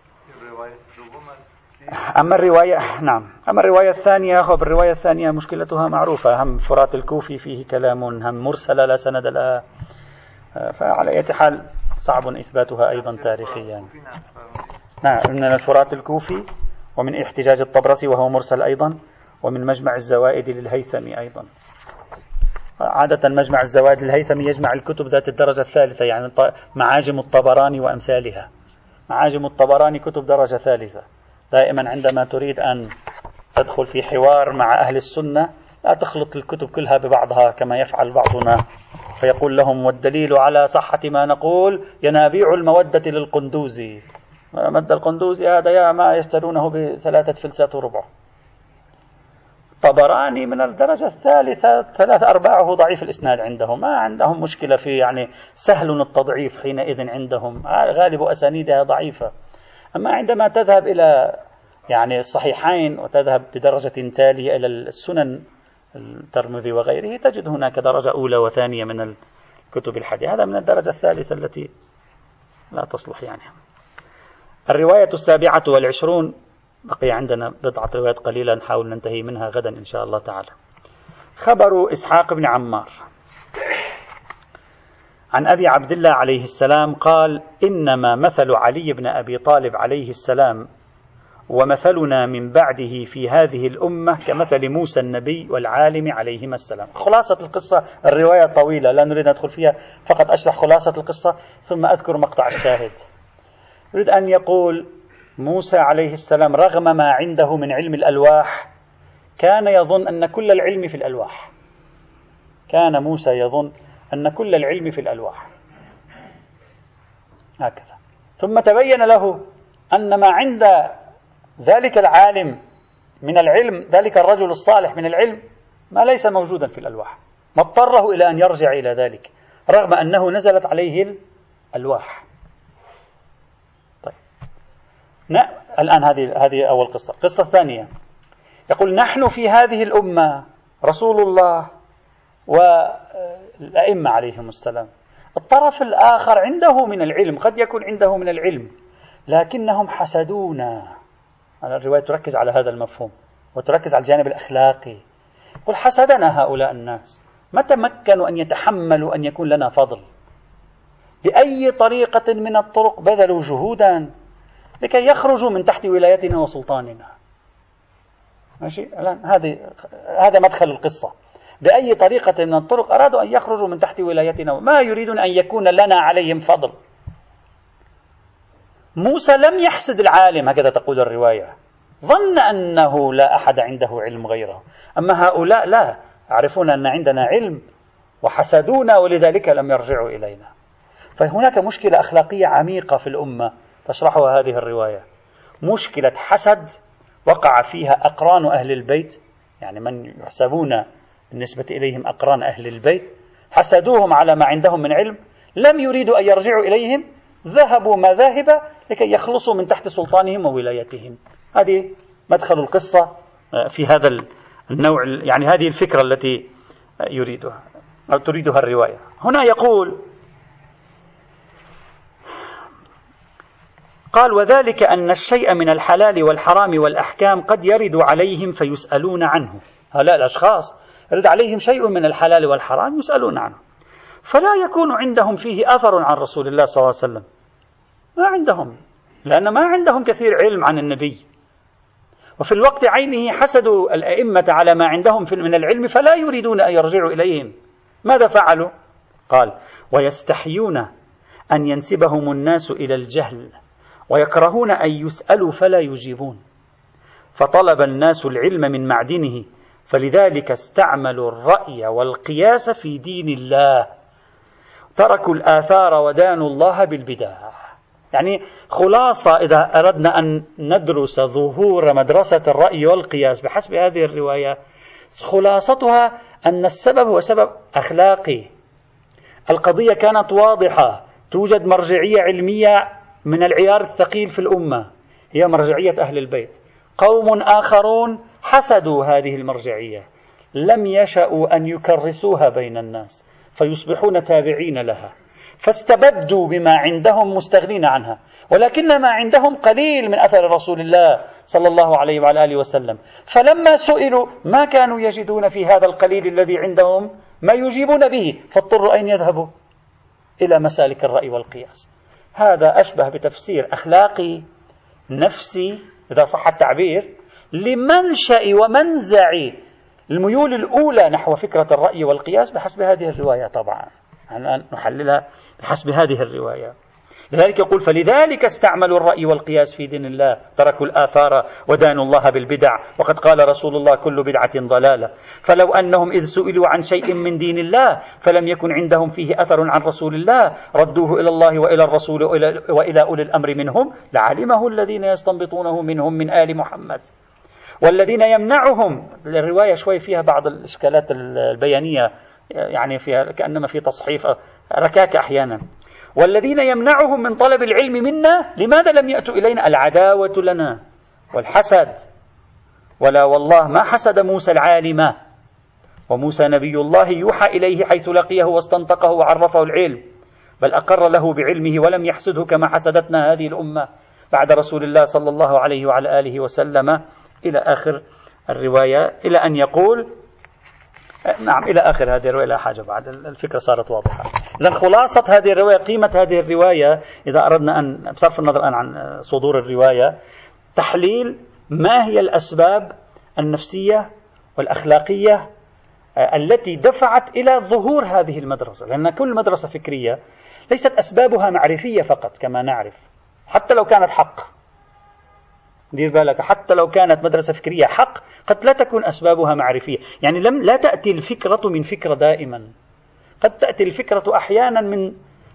أما الرواية نعم أما الرواية الثانية خب الرواية الثانية مشكلتها معروفة، هم فرات الكوفي فيه كلام، هم مرسلة لا سند لها، فعلى أي حال صعب إثباتها أيضا تاريخيا. نعم من الفرات الكوفي، ومن احتجاج الطبرسي وهو مرسل أيضا، ومن مجمع الزوائد للهيثمي أيضا. عادة مجمع الزوائد للهيثمي يجمع الكتب ذات الدرجة الثالثة، يعني معاجم الطبراني وأمثالها. معاجم الطبراني كتب درجة ثالثة. دائما عندما تريد أن تدخل في حوار مع أهل السنة لا تخلط الكتب كلها ببعضها كما يفعل بعضنا، فيقول لهم والدليل على صحة ما نقول ينابيع المودة للقندوزي. مد القندوزي هذا يا ما يشترونه بثلاثة فلسات وربع. طبراني من الدرجة الثالثة، ثلاث أرباعه ضعيف الإسناد عندهم، ما عندهم مشكلة في يعني سهل التضعيف حينئذ عندهم، غالب أسانيدها ضعيفة. أما عندما تذهب إلى يعني الصحيحين وتذهب بدرجة تالية إلى السنن الترمذي وغيره تجد هناك درجة أولى وثانية من الكتب الحديث، هذا من الدرجة الثالثة التي لا تصلح يعني. الرواية السابعة والعشرون، بقي عندنا بضعة روايات قليلة نحاول ننتهي منها غدا إن شاء الله تعالى. خبر إسحاق بن عمار عن أبي عبد الله عليه السلام قال: إنما مثل علي بن أبي طالب عليه السلام ومثلنا من بعده في هذه الأمة كمثل موسى النبي والعالم عليهما السلام. خلاصة القصة، الرواية طويلة لا نريد ندخل فيها، فقط أشرح خلاصة القصة ثم أذكر مقطع الشاهد. يريد أن يقول موسى عليه السلام رغم ما عنده من علم الألواح كان يظن أن كل العلم في الألواح، كان موسى يظن أن كل العلم في الألواح هكذا، ثم تبين له أن ما عند ذلك العالم من العلم، ذلك الرجل الصالح من العلم، ما ليس موجودا في الألواح، ما اضطره إلى أن يرجع إلى ذلك رغم أنه نزلت عليه الألواح. طيب نعم. الآن هذه هذه أول قصة. القصة الثانية: يقول نحن في هذه الأمة رسول الله والأئمة عليهم السلام. الطرف الآخر عنده من العلم، قد يكون عنده من العلم، لكنهم حسدونا. الرواية تركز على هذا المفهوم وتركز على الجانب الأخلاقي. قل حسدنا هؤلاء الناس، ما تمكنوا أن يتحملوا أن يكون لنا فضل، بأي طريقة من الطرق بذلوا جهودا لكي يخرجوا من تحت ولايتنا وسلطاننا. ماشي؟ الآن هذه هذا مدخل القصة. بأي طريقة من الطرق أرادوا أن يخرجوا من تحت ولايتنا، ما يريدون أن يكون لنا عليهم فضل. موسى لم يحسد العالم، هكذا تقول الرواية، ظن أنه لا أحد عنده علم غيره. أما هؤلاء لا، يعرفون أن عندنا علم وحسدونا ولذلك لم يرجعوا إلينا. فهناك مشكلة أخلاقية عميقة في الأمة تشرحها هذه الرواية، مشكلة حسد وقع فيها أقران أهل البيت، يعني من يحسبون بالنسبة إليهم أقران أهل البيت، حسدوهم على ما عندهم من علم، لم يريدوا أن يرجعوا إليهم، ذهبوا مذاهب لكي يخلصوا من تحت سلطانهم وولايتهم. هذه مدخل القصة في هذا النوع، يعني هذه الفكرة التي يريدها أو تريدها الرواية. هنا يقول قال وذلك أن الشيء من الحلال والحرام والأحكام قد يرد عليهم فيسألون عنه. هؤلاء الأشخاص يرد عليهم شيء من الحلال والحرام يسألون عنه، فلا يكون عندهم فيه أثر عن رسول الله صلى الله عليه وسلم. ما عندهم، لأن ما عندهم كثير علم عن النبي، وفي الوقت عينه حسدوا الأئمة على ما عندهم من العلم فلا يريدون أن يرجعوا إليهم. ماذا فعلوا؟ قال ويستحيون أن ينسبهم الناس إلى الجهل ويكرهون أن يسألوا فلا يجيبون، فطلب الناس العلم من معدنه، فلذلك استعملوا الرأي والقياس في دين الله، تركوا الآثار ودانوا الله بالبدع. يعني خلاصة إذا أردنا أن ندرس ظهور مدرسة الرأي والقياس بحسب هذه الرواية، خلاصتها أن السبب هو سبب أخلاقي. القضية كانت واضحة، توجد مرجعية علمية من العيار الثقيل في الأمة، هي مرجعية أهل البيت. قوم آخرون حسدوا هذه المرجعية، لم يشأوا أن يكرسوها بين الناس فيصبحون تابعين لها، فاستبدوا بما عندهم مستغنين عنها، ولكن ما عندهم قليل من أثر رسول الله صلى الله عليه وعلى آله وسلم. فلما سئلوا ما كانوا يجدون في هذا القليل الذي عندهم ما يجيبون به، فاضطروا أن يذهبوا إلى مسالك الرأي والقياس. هذا أشبه بتفسير أخلاقي نفسي إذا صح التعبير لمنشأ ومنزع الميول الأولى نحو فكرة الرأي والقياس بحسب هذه الرواية. طبعا نحللها بحسب هذه الرواية. لذلك يقول فلذلك استعملوا الرأي والقياس في دين الله، تركوا الآثار ودانوا الله بالبدع، وقد قال رسول الله كل بدعة ضلالة. فلو أنهم إذ سئلوا عن شيء من دين الله فلم يكن عندهم فيه أثر عن رسول الله ردوه إلى الله وإلى الرسول وإلى أولي الأمر منهم لعلمه الذين يستنبطونه منهم من آل محمد. والذين يمنعهم، الرواية شوي فيها بعض الإشكالات البيانية، يعني فيها كأنما في تصحيف ركاك أحيانا. والذين يمنعهم من طلب العلم منا لماذا لم يأتوا إلينا؟ العداوة لنا والحسد. ولا والله ما حسد موسى العالم، وموسى نبي الله يوحى إليه حيث لقيه واستنطقه وعرفه العلم، بل أقر له بعلمه ولم يحسده كما حسدتنا هذه الأمة بعد رسول الله صلى الله عليه وعلى آله وسلم، إلى آخر الرواية، إلى أن يقول نعم إلى آخر هذه الرواية. لا حاجة بعد، الفكرة صارت واضحة. لأن خلاصة هذه الرواية، قيمة هذه الرواية إذا أردنا أن بصرف النظر الآن عن صدور الرواية، تحليل ما هي الأسباب النفسية والأخلاقية التي دفعت إلى ظهور هذه المدرسة. لأن كل مدرسة فكرية ليست أسبابها معرفية فقط كما نعرف، حتى لو كانت حق، دير بالك، حتى لو كانت مدرسة فكرية حق قد لا تكون أسبابها معرفية. يعني لم لا تأتي الفكرة من فكرة دائما، قد تأتي الفكرة أحيانا من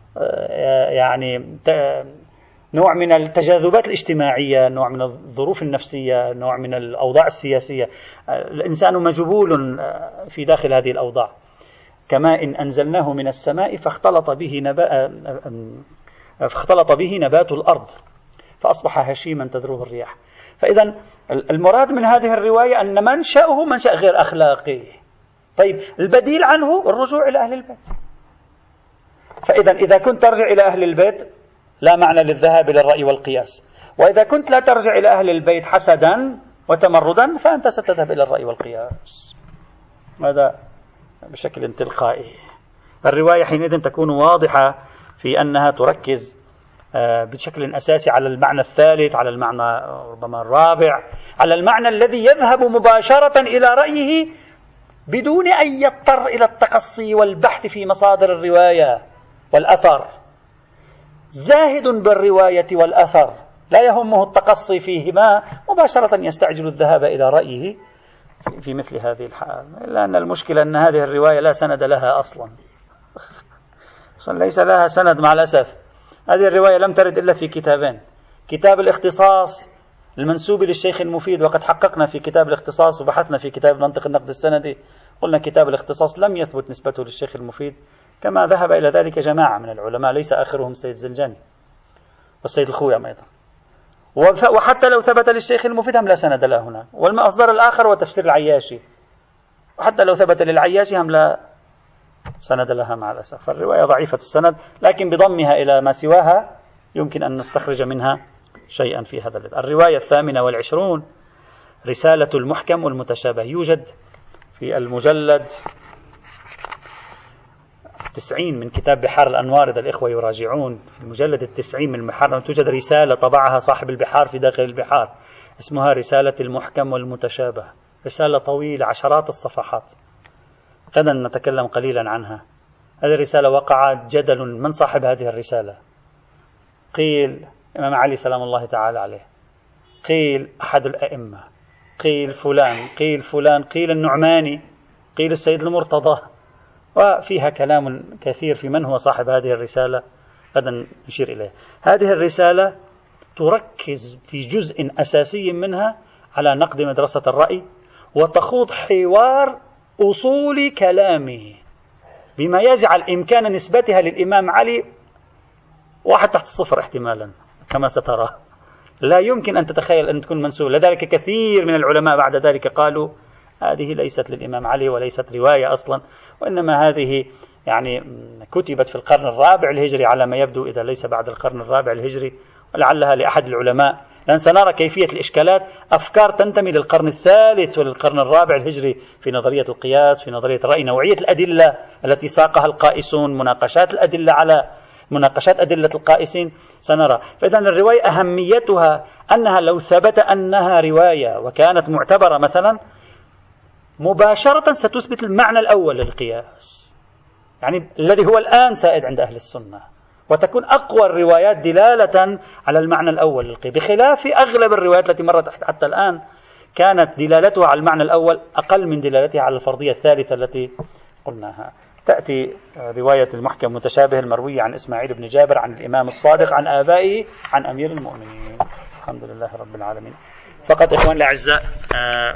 يعني نوع من التجاذبات الاجتماعية، نوع من الظروف النفسية، نوع من الأوضاع السياسية. الإنسان مجبول في داخل هذه الأوضاع، كما إن أنزلناه من السماء فاختلط به نبات فاختلط به نبات الأرض فأصبح هشيما تذروه الرياح. فإذا المراد من هذه الرواية أن منشأه منشأ غير أخلاقي. طيب البديل عنه الرجوع إلى أهل البيت. فإذا إذا كنت ترجع إلى أهل البيت لا معنى للذهاب إلى الرأي والقياس، وإذا كنت لا ترجع إلى أهل البيت حسدا وتمردا فأنت ستذهب إلى الرأي والقياس. هذا بشكل تلقائي. الرواية حينئذ تكون واضحة في أنها تركز بشكل أساسي على المعنى الثالث، على المعنى ربما الرابع، على المعنى الذي يذهب مباشرة إلى رأيه بدون أن يضطر إلى التقصي والبحث في مصادر الرواية والأثر. زاهد بالرواية والأثر لا يهمه التقصي فيهما، مباشرة يستعجل الذهاب إلى رأيه في مثل هذه الحال. إلا أن المشكلة أن هذه الرواية لا سند لها أصلا، أصلا ليس لها سند مع الأسف. هذه الرواية لم ترد إلا في كتابين: كتاب الاختصاص المنسوب للشيخ المفيد، وقد حققنا في كتاب الاختصاص وبحثنا في كتاب منطق النقد السندي، قلنا كتاب الاختصاص لم يثبت نسبته للشيخ المفيد، كما ذهب إلى ذلك جماعة من العلماء ليس آخرهم السيد الزنجاني والسيد الخويم أيضا. وحتى لو ثبت للشيخ المفيد هم لا سند له هناك. والمصدر الآخر هو تفسير العياشي، وحتى لو ثبت للعياشي هم لا سند لها مع الأسف. الرواية ضعيفة السند، لكن بضمها إلى ما سواها يمكن أن نستخرج منها شيئا في هذا الليل. الرواية الثامنة والعشرون رسالة المحكم والمتشابه، يوجد في المجلد تسعين من كتاب بحار الأنوار، إذا الإخوة يراجعون في المجلد التسعين من بحار توجد رسالة طبعها صاحب البحار في داخل البحار اسمها رسالة المحكم والمتشابه، رسالة طويلة عشرات الصفحات، غدا نتكلم قليلا عنها. هذه الرسالة وقع جدل من صاحب هذه الرسالة، قيل إمام علي سلام الله تعالى عليه، قيل أحد الأئمة، قيل فلان، قيل فلان، قيل النعماني، قيل السيد المرتضى، وفيها كلام كثير في من هو صاحب هذه الرسالة، غدا نشير إليه. هذه الرسالة تركز في جزء أساسي منها على نقد مدرسة الرأي، وتخوض حوار أصول كلامه بما يجعل إمكان نسبتها للإمام علي واحد تحت الصفر احتمالا كما سترى. لا يمكن أن تتخيل أن تكون منسوبة. لذلك كثير من العلماء بعد ذلك قالوا هذه ليست للإمام علي وليست رواية أصلا، وإنما هذه يعني كتبت في القرن الرابع الهجري على ما يبدو، إذا ليس بعد القرن الرابع الهجري، ولعلها لأحد العلماء، لأن سنرى كيفية الإشكالات أفكار تنتمي للقرن الثالث وللقرن الرابع الهجري في نظرية القياس، في نظرية الرأي، نوعية الأدلة التي ساقها القائسون، مناقشات الأدلة على مناقشات أدلة القائسين سنرى. فإذا الرواية أهميتها أنها لو ثبت أنها رواية وكانت معتبرة مثلا مباشرة ستثبت المعنى الأول للقياس، يعني الذي هو الآن سائد عند أهل السنة، وتكون أقوى الروايات دلالة على المعنى الأول للقياس، بخلاف أغلب الروايات التي مرت حتى الآن كانت دلالتها على المعنى الأول أقل من دلالتها على الفرضية الثالثة التي قلناها. تأتي رواية المحكم المتشابه المروية عن إسماعيل بن جابر عن الإمام الصادق عن آبائه عن أمير المؤمنين. الحمد لله رب العالمين. فقط إخوان الأعزاء